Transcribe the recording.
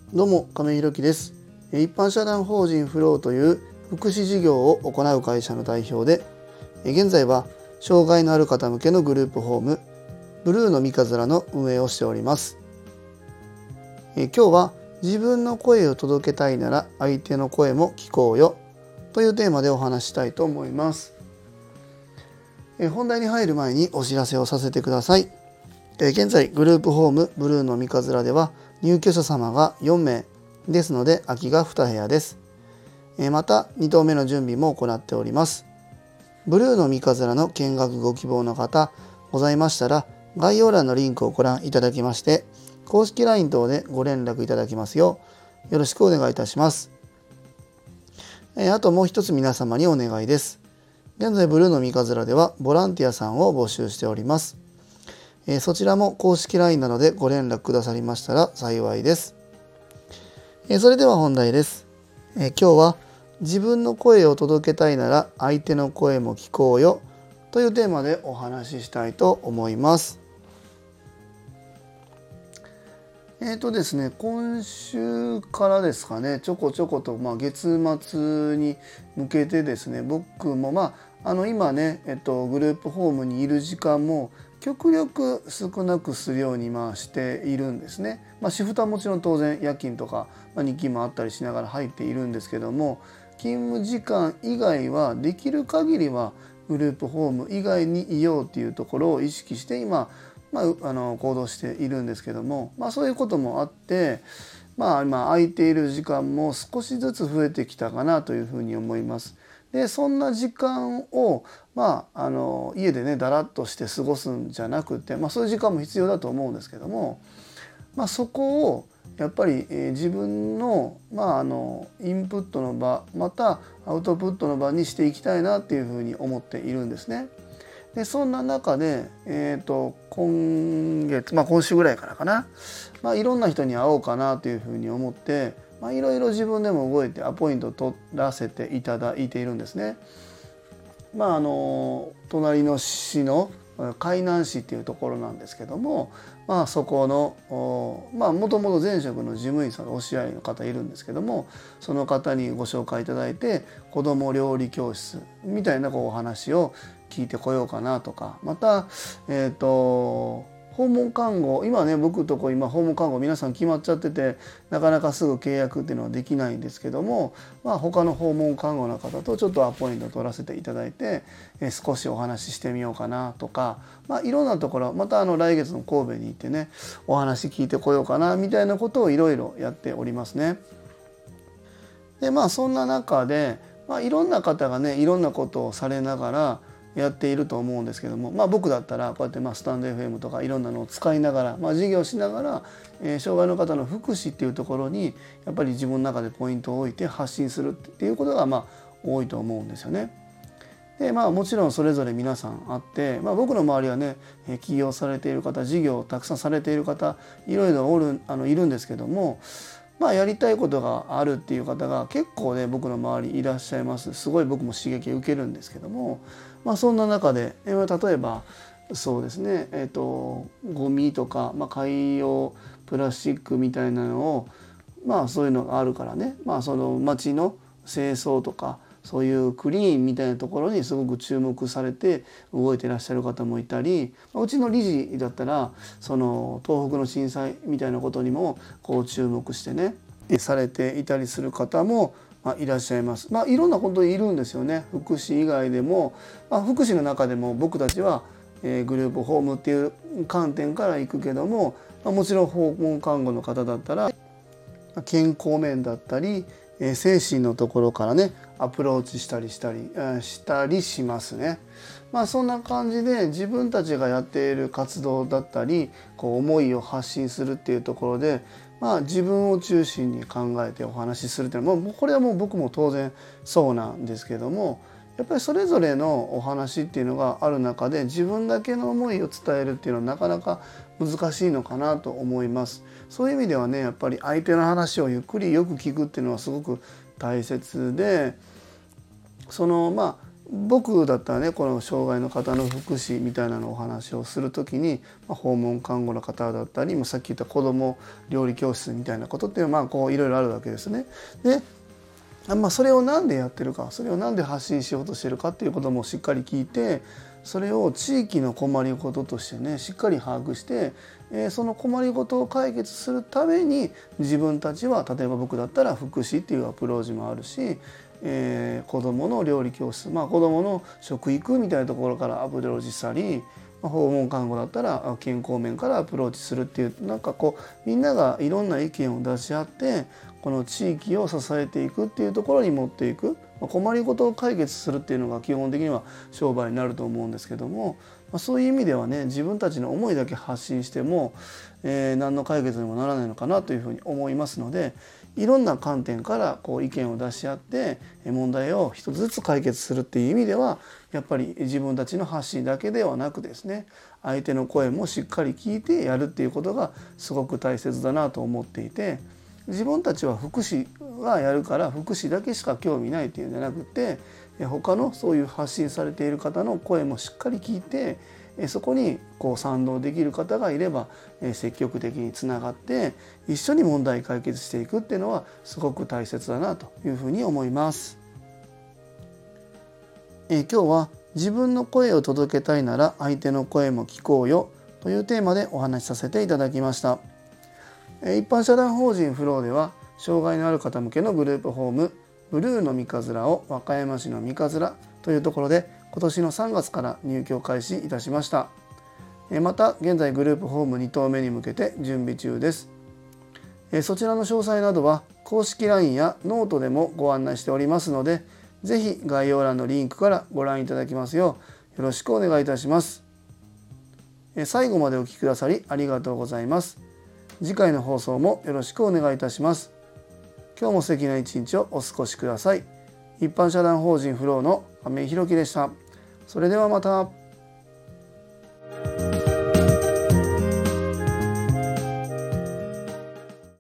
どうも亀井ひろきです。一般社団法人フローという福祉事業を行う会社の代表で、現在は障害のある方向けのグループホームブルーの三日面の運営をしております。今日は自分の声を届けたいなら相手の声も聞こうよというテーマでお話したいと思います。本題に入る前にお知らせをさせてください。現在グループホームブルーの三日面では入居者様が4名ですので空きが2部屋です。また2棟目の準備も行っております。ブルーの三日面の見学ご希望の方ございましたら概要欄のリンクをご覧いただきまして公式 LINE 等でご連絡いただきますようよろしくお願いいたします。あともう一つ皆様にお願いです。現在ブルーの三日面ではボランティアさんを募集しております。そちらも公式 LINE などでご連絡くださりましたら幸いです。それでは本題です。今日は自分の声を届けたいなら相手の声も聞こうよというテーマでお話ししたいと思います。ですね、今週からですかね、ちょこちょこと、月末に向けてですね、僕も今ね、グループホームにいる時間も極力少なくするようにしているんですね。シフトはもちろん当然夜勤とか、日勤もあったりしながら入っているんですけども、勤務時間以外はできる限りはグループホーム以外にいようというところを意識して今行動しているんですけども、そういうこともあって今空いている時間も少しずつ増えてきたかなというふうに思います。でそんな時間を家でねだらっとして過ごすんじゃなくて、そういう時間も必要だと思うんですけども、そこをやっぱり、自分の、インプットの場またアウトプットの場にしていきたいなっていうふうに思っているんですね。でそんな中で、今月、今週ぐらいからかな、いろんな人に会おうかなというふうに思って、いろいろ自分でも動いてアポイントを取らせていただいているんですね。隣の市の海南市っていうところなんですけども、そこのもともと前職の事務員さんのお知り合いの方いるんですけども、その方にご紹介いただいて子ども料理教室みたいなお話を聞いてこようかなとか、また訪問看護、今ね僕とこ今訪問看護皆さん決まっちゃっててなかなかすぐ契約っていうのはできないんですけども、他の訪問看護の方とちょっとアポイントを取らせていただいて、少しお話ししてみようかなとか、いろんなところまた来月の神戸に行ってねお話聞いてこようかなみたいなことをいろいろやっておりますね。でそんな中で、いろんな方がねいろんなことをされながらやっていると思うんですけども、僕だったらこうやってスタンド FM とかいろんなのを使いながら、事業しながら、障害の方の福祉っていうところにやっぱり自分の中でポイントを置いて発信するっていうことが多いと思うんですよね。でもちろんそれぞれ皆さんあって、僕の周りはね起業されている方事業をたくさんされている方いろいろいるんですけども、やりたいことがあるっていう方が結構ね僕の周りいらっしゃいます。すごい僕も刺激を受けるんですけども、そんな中で例えばそうですねゴミとか、海洋プラスチックみたいなのをそういうのがあるからね、その街の清掃とかそういうクリーンみたいなところにすごく注目されて動いてらっしゃる方もいたり、うちの理事だったらその東北の震災みたいなことにも注目してねされていたりする方もいらっしゃいます。いろんな本当にいるんですよね。福祉以外でも、福祉の中でも僕たちはグループホームっていう観点から行くけども、もちろん訪問看護の方だったら健康面だったり精神のところからねアプローチしたりしますね。そんな感じで自分たちがやっている活動だったり思いを発信するっていうところで、自分を中心に考えてお話しするっていうのはこれはもう僕も当然そうなんですけども、やっぱりそれぞれのお話っていうのがある中で自分だけの思いを伝えるっていうのはなかなか難しいのかなと思います。そういう意味ではねやっぱり相手の話をゆっくりよく聞くっていうのはすごく大切で、その僕だったらねこの障害の方の福祉みたいなのをお話をする時に、訪問看護の方だったり、さっき言った子ども料理教室みたいなことっていうのはこういろいろあるわけですね。でそれを何でやってるか、それを何で発信しようとしてるかっていうこともしっかり聞いて、それを地域の困りごととしてねしっかり把握して、その困りごとを解決するために自分たちは、例えば僕だったら福祉っていうアプローチもあるし、子どもの料理教室、子どもの食育みたいなところからアプローチしたり、訪問看護だったら健康面からアプローチするっていう、みんながいろんな意見を出し合ってこの地域を支えていくっていうところに持っていく、困りごとを解決するっていうのが基本的には商売になると思うんですけども、そういう意味ではね自分たちの思いだけ発信しても、何の解決にもならないのかなというふうに思いますので、いろんな観点から意見を出し合って問題を一つずつ解決するっていう意味では、やっぱり自分たちの発信だけではなくですね、相手の声もしっかり聞いてやるっていうことがすごく大切だなと思っていて、自分たちは福祉がやるから福祉だけしか興味ないっていうんじゃなくて、他のそういう発信されている方の声もしっかり聞いて、そこに賛同できる方がいれば積極的につながって一緒に問題解決していくっていうのはすごく大切だなというふうに思います。今日は自分の声を届けたいなら相手の声も聞こうよというテーマでお話しさせていただきました。一般社団法人フローでは障害のある方向けのグループホームブルーの三日面を和歌山市の三日面というところで今年の3月から入居開始いたしました。また現在グループホーム2棟目に向けて準備中です。そちらの詳細などは公式 LINE やノートでもご案内しておりますので、ぜひ概要欄のリンクからご覧いただきますようよろしくお願いいたします。最後までお聞きくださりありがとうございます。次回の放送もよろしくお願いいたします。今日も素敵な一日をお過ごしください。一般社団法人フローの亀井宏樹でした。それではまた。